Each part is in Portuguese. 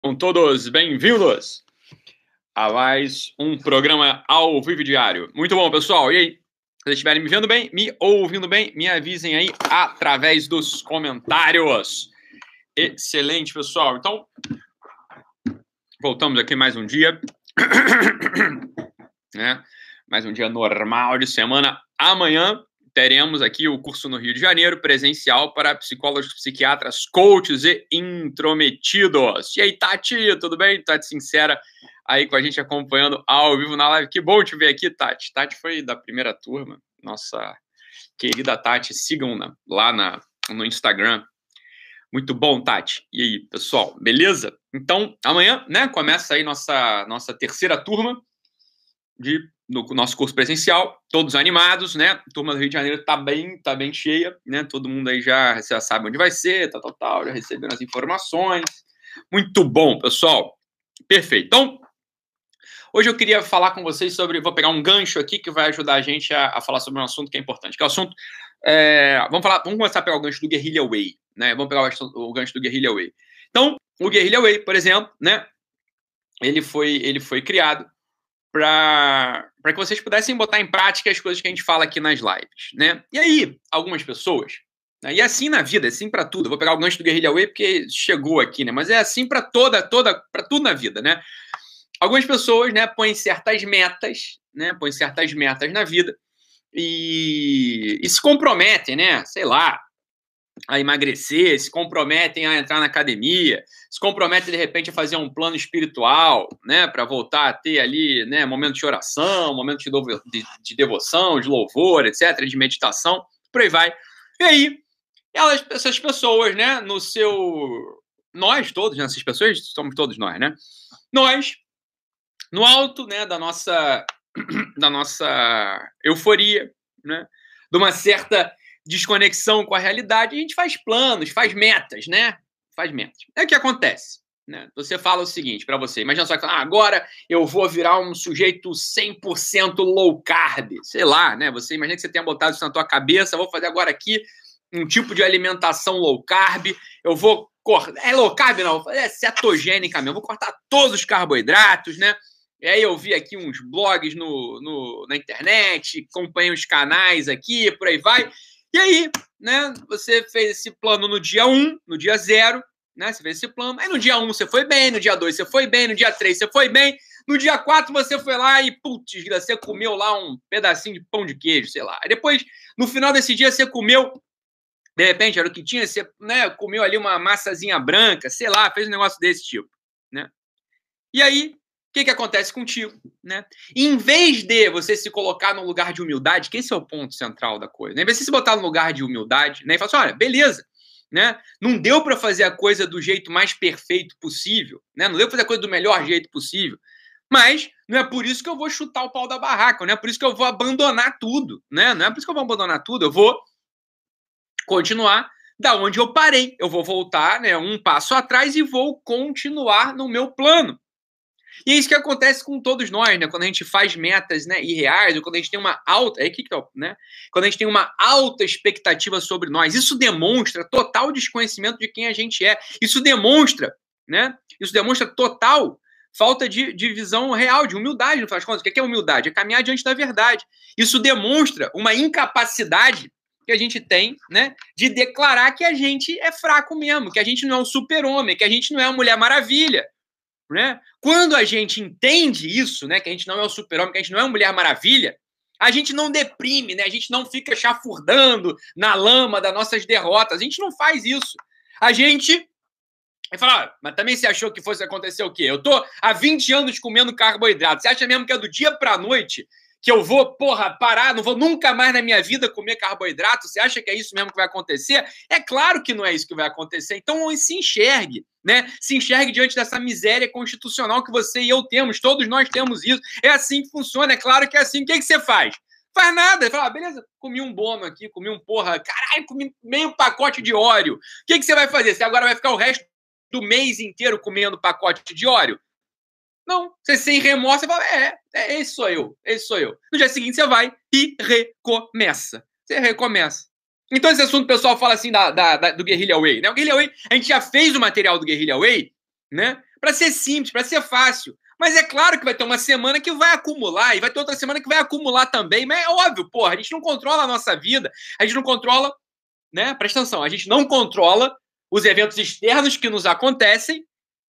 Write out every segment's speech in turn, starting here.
Sejam todos bem-vindos a mais um programa ao vivo diário. Muito bom, pessoal. E aí? Se vocês estiverem me vendo bem, me ouvindo bem, me avisem aí através dos comentários. Excelente, pessoal. Então, voltamos aqui mais um dia. Mais um dia normal de semana. Amanhã teremos aqui o curso no Rio de Janeiro, presencial para psicólogos, psiquiatras, coaches e intrometidos. E aí, Tati, tudo bem? Tati Sincera aí com a gente acompanhando ao vivo na live. Que bom te ver aqui, Tati. Tati foi da primeira turma. Nossa querida Tati, sigam lá no Instagram. Muito bom, Tati. E aí, pessoal, beleza? Então, amanhã, né, começa aí nossa terceira turma no nosso curso presencial, todos animados, né? A turma do Rio de Janeiro tá bem cheia, né? Todo mundo aí já sabe onde vai ser, tal, já recebendo as informações. Muito bom, pessoal. Perfeito. Então, hoje eu queria falar com vocês sobre... Vou pegar um gancho aqui que vai ajudar a gente a falar sobre um assunto que é importante, que é o assunto... Vamos começar a pegar o gancho do Guerrilla Way, né? Vamos pegar o gancho do Guerrilla Way. Então, o Guerrilla Way, por exemplo, né? Ele foi criado para que vocês pudessem botar em prática as coisas que a gente fala aqui nas lives, né? E aí, algumas pessoas, né? E é assim na vida, é assim para tudo. Eu vou pegar o gancho do Guerrilla Way porque chegou aqui, né? Mas é assim para para tudo na vida, né? Algumas pessoas, né, põem certas metas, né? Põem certas metas na vida e se comprometem, né? Sei lá, a emagrecer, se comprometem a entrar na academia, se comprometem, de repente, a fazer um plano espiritual, né, para voltar a ter ali, né, momento de oração, momento de devoção, de louvor, etc., de meditação, por aí vai. E aí, essas pessoas, né, nós todos, né, essas pessoas somos todos nós, né, nós, no alto, né, da nossa euforia, né, de uma certa desconexão com a realidade, a gente faz planos, faz metas, né? Faz metas. É o que acontece, né? Você fala o seguinte para você, imagina só que agora eu vou virar um sujeito 100% low carb, sei lá, né? Você imagina que você tenha botado isso na tua cabeça, vou fazer agora aqui um tipo de alimentação low carb, eu vou cortar, low carb não, é cetogênica mesmo, vou cortar todos os carboidratos, né? E aí eu vi aqui uns blogs na internet, acompanhei os canais aqui, por aí vai. E aí, né, você fez esse plano no dia 1, no dia 0, né, você fez esse plano, aí no dia 1 você foi bem, no dia 2 você foi bem, no dia 3 você foi bem, no dia 4 você foi lá e, putz, você comeu lá um pedacinho de pão de queijo, sei lá. Aí depois, no final desse dia, você comeu, de repente, era o que tinha, você, né, comeu ali uma massazinha branca, sei lá, fez um negócio desse tipo, né. E aí, o que acontece contigo, né? Em vez de você se colocar no lugar de humildade, que esse é o ponto central da coisa, né? Em vez de se botar no lugar de humildade, né? E falar assim, olha, beleza, né? Não deu para fazer a coisa do jeito mais perfeito possível, né? Não deu para fazer a coisa do melhor jeito possível, mas não é por isso que eu vou chutar o pau da barraca, não é por isso que eu vou abandonar tudo, né? Não é por isso que eu vou abandonar tudo, eu vou continuar da onde eu parei, eu vou voltar, né, um passo atrás e vou continuar no meu plano. E é isso que acontece com todos nós, né? Quando a gente faz metas, né, irreais, ou quando a gente tem uma alta, né? Quando a gente tem uma alta expectativa sobre nós, isso demonstra total desconhecimento de quem a gente é. Isso demonstra, né? Isso demonstra total falta de visão real, de humildade, no final das contas. O que é humildade? É caminhar diante da verdade. Isso demonstra uma incapacidade que a gente tem, né, de declarar que a gente é fraco mesmo, que a gente não é um super-homem, que a gente não é uma Mulher Maravilha. Né? Quando a gente entende isso, né, que a gente não é o super-homem, que a gente não é uma Mulher Maravilha, a gente não deprime, né? A gente não fica chafurdando na lama das nossas derrotas. A gente não faz isso. A gente fala, mas também você achou que fosse acontecer o quê? Eu tô há 20 anos comendo carboidrato. Você acha mesmo que é do dia pra noite que eu vou, parar, não vou nunca mais na minha vida comer carboidrato? Você acha que é isso mesmo que vai acontecer? É claro que não é isso que vai acontecer. Então, se enxergue, né? Se enxergue diante dessa miséria constitucional que você e eu temos. Todos nós temos isso. É assim que funciona. É claro que é assim. O que você faz? Faz nada. Fala, beleza, comi um bono aqui, comi caralho, comi meio pacote de Oreo. O que você vai fazer? Você agora vai ficar o resto do mês inteiro comendo pacote de Oreo? Não, você sem remorso, você fala, esse sou eu. No dia seguinte você vai e recomeça. Você recomeça. Então esse assunto o pessoal fala assim do Guerrilla Way, né? O Guerrilla Way, a gente já fez o material do Guerrilla Way, né? para ser simples, para ser fácil. Mas é claro que vai ter uma semana que vai acumular, e vai ter outra semana que vai acumular também. Mas é óbvio, porra, a gente não controla a nossa vida, a gente não controla, né? Presta atenção, a gente não controla os eventos externos que nos acontecem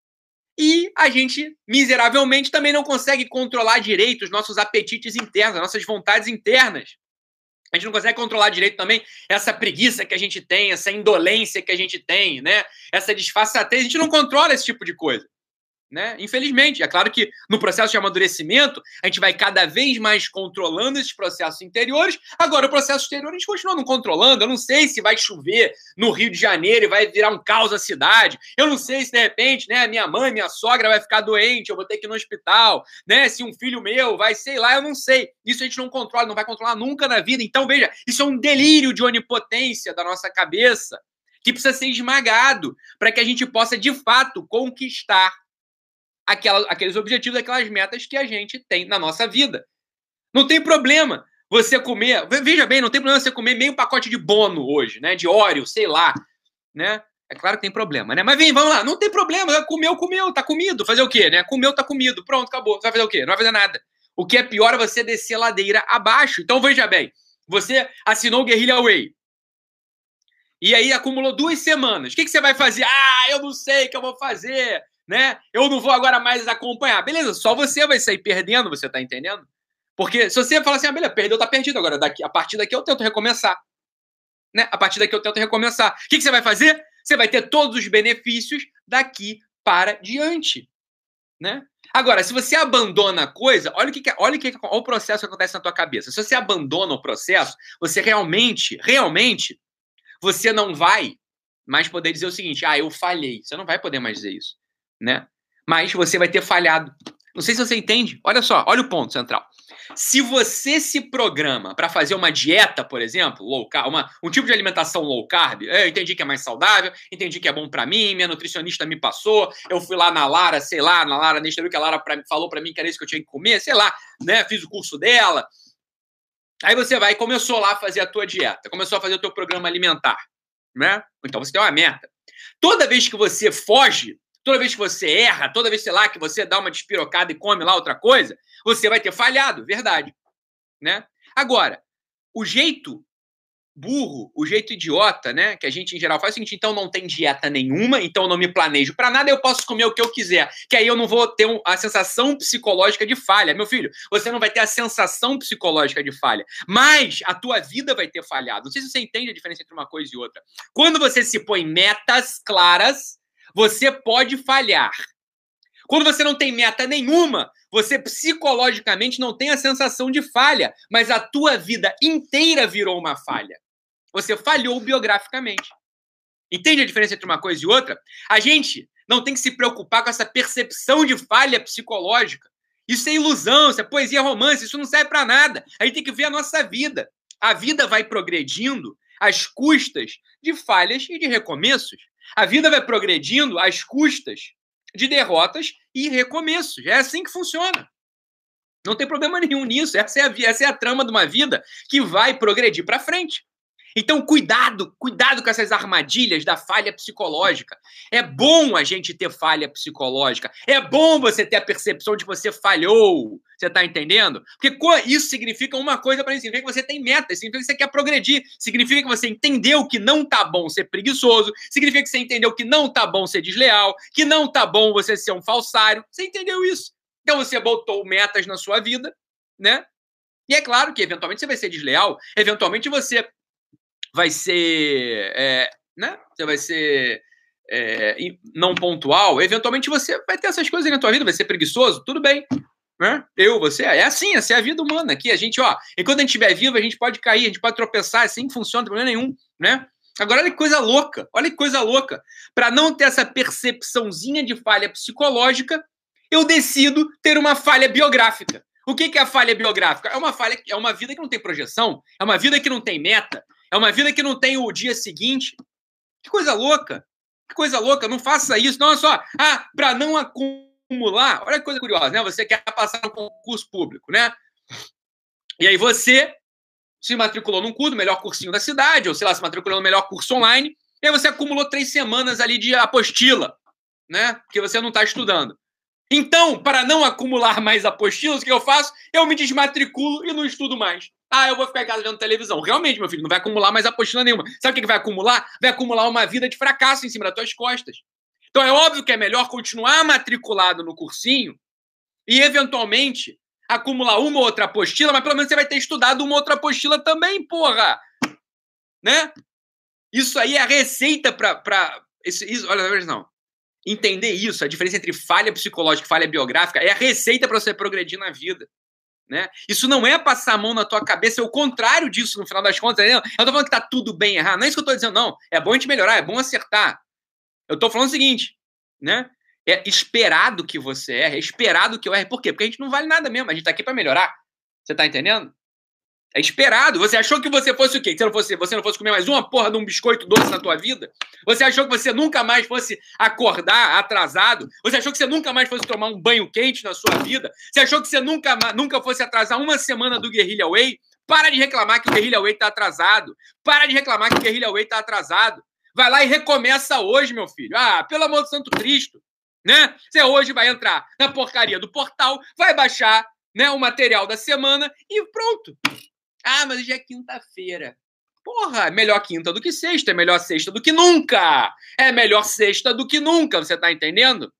e a gente, miseravelmente, também não consegue controlar direito os nossos apetites internos, as nossas vontades internas. A gente não consegue controlar direito também essa preguiça que a gente tem, essa indolência que a gente tem, né? Essa disfarçatez. A gente não controla esse tipo de coisa, né? Infelizmente. É claro que no processo de amadurecimento, a gente vai cada vez mais controlando esses processos interiores. Agora, o processo exterior a gente continua não controlando. Eu não sei se vai chover no Rio de Janeiro e vai virar um caos a cidade. Eu não sei se, de repente, né, minha mãe, minha sogra vai ficar doente, eu vou ter que ir no hospital, né? Se um filho meu vai, sei lá, eu não sei. Isso a gente não controla, não vai controlar nunca na vida. Então, veja, isso é um delírio de onipotência da nossa cabeça que precisa ser esmagado para que a gente possa, de fato, conquistar aqueles objetivos, aquelas metas que a gente tem na nossa vida. Não tem problema você comer... Veja bem, não tem problema você comer meio pacote de Bono hoje, né? De Oreo, sei lá, né? É claro que tem problema, né? Mas vem, vamos lá. Não tem problema. Comeu, tá comido. Fazer o quê, né? Comeu, tá comido. Pronto, acabou. Você vai fazer o quê? Não vai fazer nada. O que é pior é você descer a ladeira abaixo. Então, veja bem. Você assinou o Guerrilla Way. E aí acumulou 2 semanas. O que você vai fazer? Ah, eu não sei o que eu vou fazer, né? Eu não vou agora mais acompanhar. Beleza, só você vai sair perdendo, você tá entendendo? Porque se você falar assim, ah, beleza, perdeu, tá perdido. Agora, a partir daqui eu tento recomeçar. Né? A partir daqui eu tento recomeçar. O que você vai fazer? Você vai ter todos os benefícios daqui para diante. Né? Agora, se você abandona a coisa, olha o processo que acontece na tua cabeça. Se você abandona o processo, você realmente, você não vai mais poder dizer o seguinte, ah, eu falhei. Você não vai poder mais dizer isso, né? Mas você vai ter falhado. Não sei se você entende. Olha só, olha o ponto central. Se você se programa para fazer uma dieta, por exemplo, low carb, um tipo de alimentação low carb, eu entendi que é mais saudável, entendi que é bom para mim, minha nutricionista me passou, eu fui lá na Lara, sei lá, na Lara Nestor, que a Lara falou para mim que era isso que eu tinha que comer, sei lá, né? Fiz o curso dela. Aí você vai e começou lá a fazer a tua dieta, começou a fazer o teu programa alimentar, né? Então você tem uma meta. Toda vez que você foge, toda vez que você erra, toda vez, sei lá, que você dá uma despirocada e come lá outra coisa, você vai ter falhado, verdade, né? Agora, o jeito burro, o jeito idiota, né, que a gente em geral faz é o seguinte, então não tem dieta nenhuma, então eu não me planejo para nada, eu posso comer o que eu quiser, que aí eu não vou ter a sensação psicológica de falha. Meu filho, você não vai ter a sensação psicológica de falha, mas a tua vida vai ter falhado. Não sei se você entende a diferença entre uma coisa e outra. Quando você se põe metas claras, você pode falhar. Quando você não tem meta nenhuma, você psicologicamente não tem a sensação de falha, mas a tua vida inteira virou uma falha. Você falhou biograficamente. Entende a diferença entre uma coisa e outra? A gente não tem que se preocupar com essa percepção de falha psicológica. Isso é ilusão, isso é poesia romance, isso não serve para nada. A gente tem que ver a nossa vida. A vida vai progredindo às custas de falhas e de recomeços. A vida vai progredindo às custas de derrotas e recomeços. É assim que funciona. Não tem problema nenhum nisso. Essa é a trama de uma vida que vai progredir para frente. Então, cuidado com essas armadilhas da falha psicológica. É bom a gente ter falha psicológica. É bom você ter a percepção de que você falhou. Você está entendendo? Porque isso significa uma coisa para mim. Significa que você tem metas. Significa que você quer progredir. Significa que você entendeu que não tá bom ser preguiçoso. Significa que você entendeu que não tá bom ser desleal. Que não tá bom você ser um falsário. Você entendeu isso. Então, você botou metas na sua vida, né? E é claro que, eventualmente, você vai ser desleal. Eventualmente, você vai ser, né? Você vai ser não pontual. Eventualmente você vai ter essas coisas aí na tua vida, vai ser preguiçoso, tudo bem, né? Você, é assim, essa é a vida humana aqui. A gente, enquanto a gente estiver vivo, a gente pode cair, a gente pode tropeçar, assim que funciona, não tem problema nenhum, né? Agora, olha que coisa louca. Para não ter essa percepçãozinha de falha psicológica, eu decido ter uma falha biográfica. O que é a falha biográfica? É uma vida que não tem projeção, é uma vida que não tem meta, é uma vida que não tem o dia seguinte. Que coisa louca. Não faça isso. Não é só, para não acumular. Olha que coisa curiosa, né? Você quer passar no concurso público, né? E aí você se matriculou num curso, o melhor cursinho da cidade, ou sei lá, se matriculou no melhor curso online, e aí você acumulou 3 semanas ali de apostila, né? Porque você não está estudando. Então, para não acumular mais apostilas, o que eu faço? Eu me desmatriculo e não estudo mais. Ah, eu vou ficar em casa vendo televisão. Realmente, meu filho, não vai acumular mais apostila nenhuma. Sabe o que vai acumular? Vai acumular uma vida de fracasso em cima das tuas costas. Então, é óbvio que é melhor continuar matriculado no cursinho e, eventualmente, acumular uma ou outra apostila, mas pelo menos você vai ter estudado uma outra apostila também, porra! Né? Isso aí é a receita para... Olha, não. Entender isso, a diferença entre falha psicológica e falha biográfica, é a receita para você progredir na vida. Né? Isso não é passar a mão na tua cabeça, é o contrário disso, no final das contas. Entendeu? Eu tô falando que tá tudo bem errado. Não é isso que eu tô dizendo, não. É bom a gente melhorar, é bom acertar. Eu tô falando o seguinte, né? É esperado que você erre, é esperado que eu erre. Por quê? Porque a gente não vale nada mesmo, a gente tá aqui para melhorar. Você tá entendendo? É esperado. Você achou que você fosse o quê? Que você não fosse comer mais uma porra de um biscoito doce na tua vida? Você achou que você nunca mais fosse acordar atrasado? Você achou que você nunca mais fosse tomar um banho quente na sua vida? Você achou que você nunca fosse atrasar uma semana do Guerrilla Way? Para de reclamar que o Guerrilla Way tá atrasado. Para de reclamar que o Guerrilla Way tá atrasado. Vai lá e recomeça hoje, meu filho. Ah, pelo amor do Santo Cristo. Né? Você hoje vai entrar na porcaria do portal, vai baixar, né, o material da semana e pronto. Ah, mas hoje é quinta-feira. Porra, é melhor quinta do que sexta, é melhor sexta do que nunca. É melhor sexta do que nunca, você tá entendendo?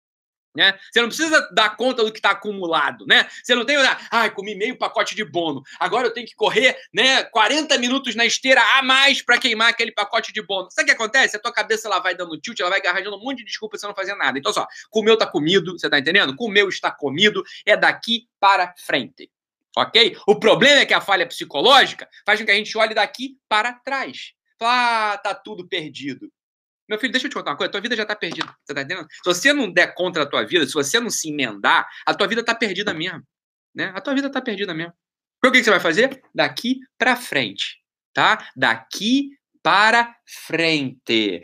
Né? Você não precisa dar conta do que está acumulado, né? Você não tem, comi meio pacote de bono, agora eu tenho que correr, né, 40 minutos na esteira a mais para queimar aquele pacote de bono. Sabe o que acontece? A tua cabeça ela vai dando tilt, ela vai arranjando um monte de desculpa você não fazer nada. Então, só, comeu tá comido, você tá entendendo? Comeu está comido, é daqui para frente. Ok? O problema é que a falha psicológica faz com que a gente olhe daqui para trás. Fala, tá tudo perdido. Meu filho, deixa eu te contar uma coisa, a tua vida já tá perdida, você tá entendendo? Se você não der conta da tua vida, se você não se emendar, a tua vida tá perdida mesmo, né? A tua vida tá perdida mesmo. Então, o que você vai fazer? Daqui pra frente, tá? Daqui para frente.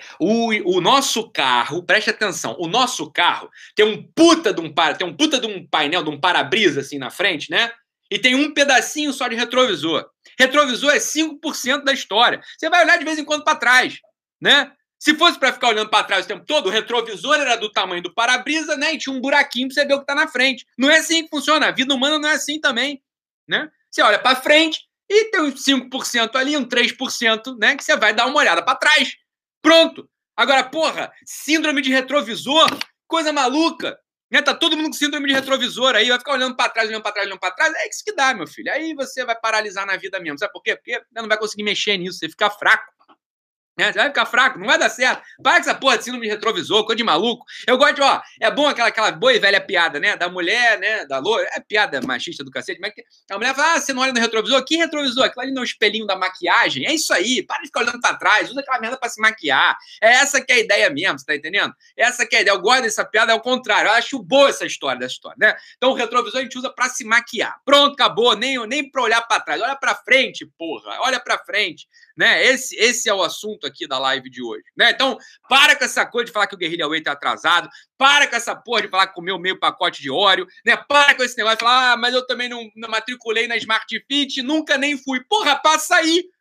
O nosso carro, preste atenção, o nosso carro tem um puta de um painel, de um para-brisa assim na frente, né? E tem um pedacinho só de retrovisor. Retrovisor é 5% da história. Você vai olhar de vez em quando para trás, né? Se fosse para ficar olhando para trás o tempo todo, o retrovisor era do tamanho do para-brisa, né? E tinha um buraquinho para você ver o que está na frente. Não é assim que funciona. A vida humana não é assim também, né? Você olha para frente e tem uns 5% ali, um 3%, né? Que você vai dar uma olhada para trás. Pronto. Agora, porra, síndrome de retrovisor, coisa maluca. Né? Tá todo mundo com síndrome de retrovisor aí, vai ficar olhando para trás, olhando para trás, olhando para trás. É isso que dá, meu filho. Aí você vai paralisar na vida mesmo. Sabe por quê? Porque você não vai conseguir mexer nisso, você fica fraco. Você vai ficar fraco, não vai dar certo. Para com essa porra de síndrome de retrovisor, coisa de maluco. Eu gosto de, é bom aquela boa e velha piada, né? Da mulher, né? Da loira. É piada machista do cacete. Mas a mulher fala, você não olha no retrovisor? Que retrovisor? Aquilo ali no espelhinho da maquiagem. É isso aí. Para de ficar olhando pra trás. Usa aquela merda pra se maquiar. É essa que é a ideia mesmo, você tá entendendo? Essa que é a ideia. Eu gosto dessa piada, é o contrário. Eu acho boa essa história, né? Então o retrovisor a gente usa pra se maquiar. Pronto, acabou. Nem pra olhar pra trás. Olha pra frente, porra. Olha pra frente. Né? Esse é o assunto aqui da live de hoje. Né? Então, para com essa coisa de falar que o Guerrilla Way tá atrasado, para com essa porra de falar que comeu meio pacote de Oreo, né? Para com esse negócio de falar, mas eu também não matriculei na Smart Fit, nunca nem fui. Porra, passa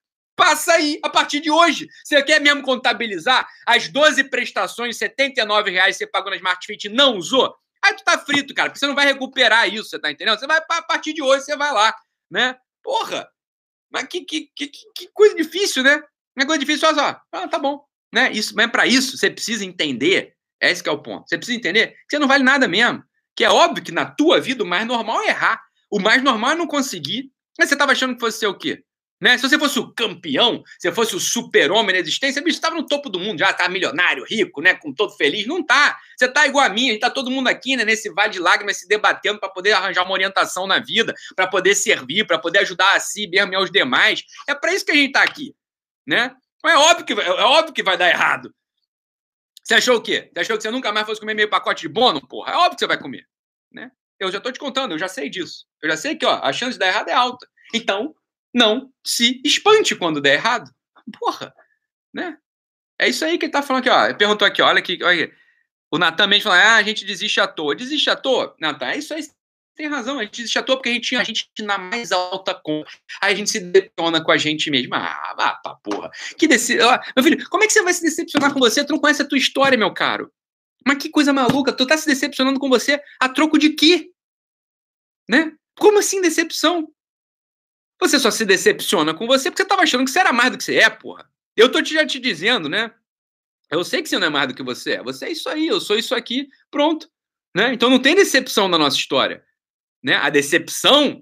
aí, a partir de hoje. Você quer mesmo contabilizar as 12 prestações, R$79 que você pagou na Smart Fit e não usou? Aí tu tá frito, cara, porque você não vai recuperar isso, você tá entendendo? Você vai, a partir de hoje, você vai lá, né? Porra! Mas que coisa difícil, né? Não é coisa difícil, só. Tá bom. Né? Mas para isso, você precisa entender, esse que é o ponto, você precisa entender que você não vale nada mesmo. Que é óbvio que na tua vida o mais normal é errar. O mais normal é não conseguir. Mas você estava achando que fosse ser o quê? Né? Se você fosse o campeão, se você fosse o super-homem na existência, bicho, estava no topo do mundo, já tá milionário, rico, né, com todo feliz. Não tá. Você tá igual a mim, a gente tá todo mundo aqui, né, nesse vale de lágrimas se debatendo para poder arranjar uma orientação na vida, para poder servir, para poder ajudar a si mesmo e aos demais. É para isso que a gente tá aqui, né? É óbvio que vai dar errado. Você achou o quê? Você achou que você nunca mais fosse comer meio pacote de bono? Porra, é óbvio que você vai comer, né? Eu já tô te contando, eu já sei disso. Eu já sei que, a chance de dar errado é alta. Então, não se espante quando der errado. Porra, né? É isso aí que ele tá falando aqui, Ele perguntou aqui, olha aqui. O Natan Mendes falou, a gente desiste à toa. Desiste à toa? Natan, é isso aí, tem razão. A gente desiste à toa porque a gente na mais alta conta. Aí a gente se decepciona com a gente mesmo. Porra. Meu filho, como é que você vai se decepcionar com você? Tu não conhece a tua história, meu caro. Mas que coisa maluca, tu tá se decepcionando com você a troco de quê? Né? Como assim decepção? Você só se decepciona com você porque você tava achando que você era mais do que você é, porra. Eu tô já te dizendo, né? Eu sei que você não é mais do que você é. Você é isso aí, eu sou isso aqui, pronto. Né? Então não tem decepção na nossa história. Né? A decepção,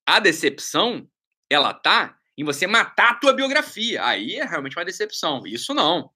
ela tá em você matar a tua biografia. Aí é realmente uma decepção. Isso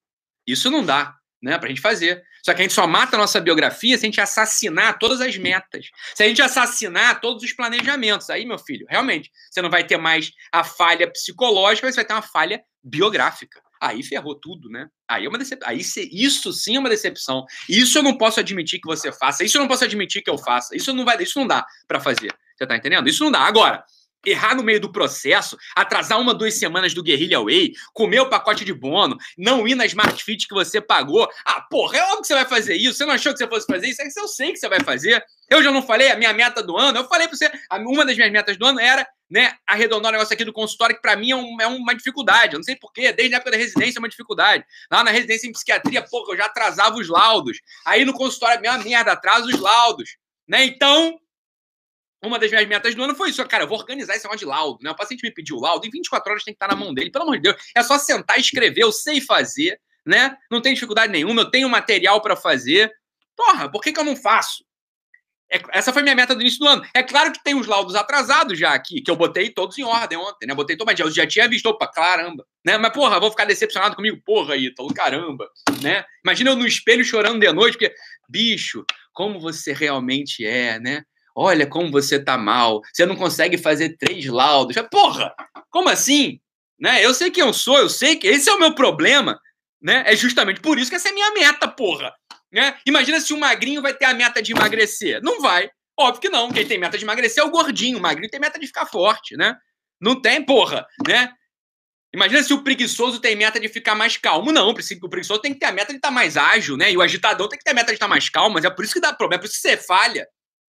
não dá, né, pra gente fazer. Só que a gente só mata a nossa biografia se a gente assassinar todas as metas. Se a gente assassinar todos os planejamentos. Aí, meu filho, realmente, você não vai ter mais a falha psicológica, mas você vai ter uma falha biográfica. Aí ferrou tudo, né? Aí é uma decepção. Isso sim é uma decepção. Isso eu não posso admitir que você faça. Isso eu não posso admitir que eu faça. Isso não dá pra fazer. Você tá entendendo? Isso não dá. Agora, errar no meio do processo, atrasar 1, 2 semanas do Guerrilla Way, comer o pacote de bônus, não ir na Smart Fit que você pagou. Ah, porra, é óbvio que você vai fazer isso. Você não achou que você fosse fazer isso? É que eu sei que você vai fazer. Eu já não falei a minha meta do ano. Eu falei pra você, uma das minhas metas do ano era, né, arredondar o negócio aqui do consultório, que pra mim é uma dificuldade. Eu não sei porquê, desde a época da residência é uma dificuldade. Lá na residência em psiquiatria, porra, eu já atrasava os laudos. Aí no consultório é a mesma merda, atraso os laudos. Né? Então, uma das minhas metas do ano foi isso. Cara, eu vou organizar esse negócio de laudo, né? O paciente me pediu o laudo, em 24 horas tem que estar na mão dele. Pelo amor de Deus, é só sentar e escrever, eu sei fazer, né? Não tem dificuldade nenhuma, eu tenho material para fazer. Porra, por que eu não faço? Essa foi minha meta do início do ano. É claro que tem os laudos atrasados já aqui, que eu botei todos em ordem ontem, né? Botei todos, mas eu já tinha visto, opa, caramba, né? Mas, porra, vou ficar decepcionado comigo, porra, Ítalo, caramba, né? Imagina eu no espelho chorando de noite, porque, bicho, como você realmente é, né? Olha como você tá mal. Você não consegue fazer 3 laudos. Porra, como assim? Né? Eu sei quem eu sou, eu sei que esse é o meu problema, né? É justamente por isso que essa é a minha meta, porra. Né? Imagina se o magrinho vai ter a meta de emagrecer. Não vai. Óbvio que não. Quem tem meta de emagrecer é o gordinho. O magrinho tem meta de ficar forte, né? Não tem, porra, né? Imagina se o preguiçoso tem meta de ficar mais calmo. Não, o preguiçoso tem que ter a meta de estar mais ágil, né? E o agitadão tem que ter a meta de estar mais calmo. Mas é por isso que dá problema, é por isso que você falha.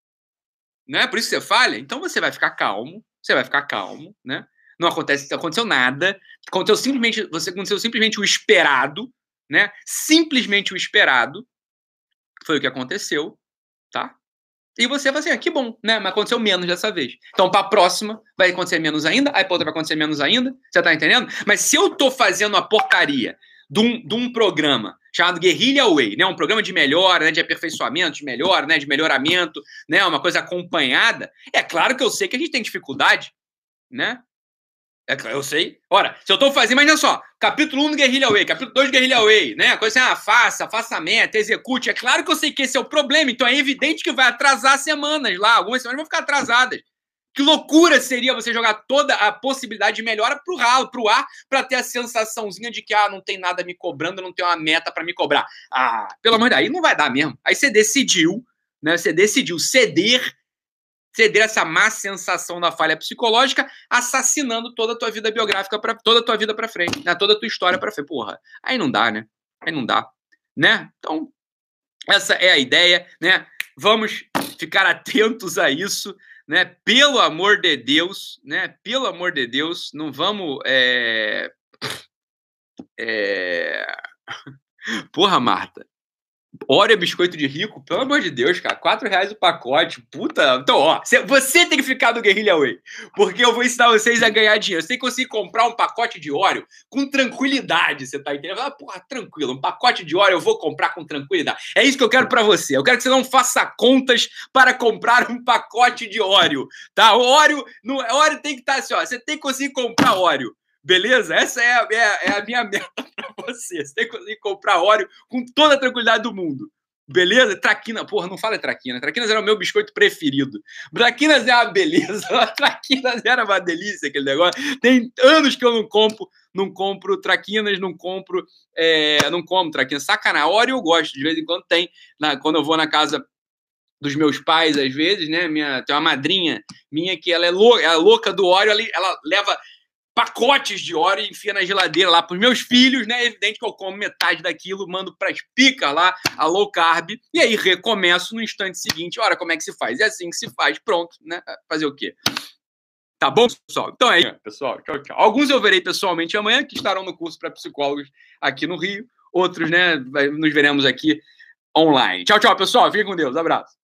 Né? Por isso que você falha. Então você vai ficar calmo, né? Não aconteceu nada. Aconteceu simplesmente o esperado, né? Simplesmente o esperado. Foi o que aconteceu, tá? E você vai assim, que bom, né? Mas aconteceu menos dessa vez. Então, para a próxima, vai acontecer menos ainda, aí para outra vai acontecer menos ainda. Você tá entendendo? Mas se eu tô fazendo a porcaria de um programa chamado Guerrilla Way, né? Um programa de melhora, né? De aperfeiçoamento, de melhora, né? De melhoramento, né? Uma coisa acompanhada. É claro que eu sei que a gente tem dificuldade, né? É claro, eu sei. Ora, se eu tô fazendo, imagina só, capítulo 1 do Guerrilla Way, capítulo 2 do Guerrilla Way, né? Coisa assim, faça a meta, execute. É claro que eu sei que esse é o problema, então é evidente que vai atrasar semanas lá, algumas semanas vão ficar atrasadas. Que loucura seria você jogar toda a possibilidade de melhora pro ralo, pro ar, para ter a sensaçãozinha de que, não tem nada me cobrando, não tem uma meta para me cobrar. Pelo amor de Deus, aí não vai dar mesmo. Aí você decidiu, né? Você decidiu ceder essa má sensação da falha psicológica, assassinando toda a tua vida biográfica, toda a tua vida para frente, né? Toda a tua história para frente. Porra, aí não dá, né? Aí não dá, né? Então, essa é a ideia, né? Vamos ficar atentos a isso, né? Pelo amor de Deus, né? Pelo amor de Deus, não vamos... Porra, Marta. Oreo é biscoito de rico? Pelo amor de Deus, cara. R$4 o pacote. Puta. Então, ó, você tem que ficar no Guerrilla Way. Porque eu vou ensinar vocês a ganhar dinheiro. Você tem que conseguir comprar um pacote de Oreo com tranquilidade. Você tá entendendo? Porra, tranquilo. Um pacote de Oreo eu vou comprar com tranquilidade. É isso que eu quero pra você. Eu quero que você não faça contas para comprar um pacote de Oreo. Tá? O Oreo tem que estar assim, ó. Você tem que conseguir comprar Oreo. Beleza? Essa é a minha meta pra você. Você tem que conseguir comprar Oreo com toda a tranquilidade do mundo. Beleza? Traquina. Porra, não fala traquina. Traquinas era o meu biscoito preferido. Traquinas é uma beleza. Traquinas era uma delícia aquele negócio. Tem anos que eu não compro traquinas, não como traquinas. Sacanagem. Oreo eu gosto. De vez em quando tem. Quando eu vou na casa dos meus pais, às vezes, né? Tem uma madrinha minha que ela é louca do Oreo. Ela leva pacotes de Oreo e enfia na geladeira lá para os meus filhos, né? É evidente que eu como metade daquilo, mando para as picas lá, a low carb, e aí recomeço no instante seguinte. Ora, como é que se faz? É assim que se faz, pronto, né? Fazer o quê? Tá bom, pessoal? Então é isso, pessoal. Tchau, tchau. Alguns eu verei pessoalmente amanhã, que estarão no curso para psicólogos aqui no Rio. Outros, né? Nos veremos aqui online. Tchau, tchau, pessoal. Fiquem com Deus. Abraço.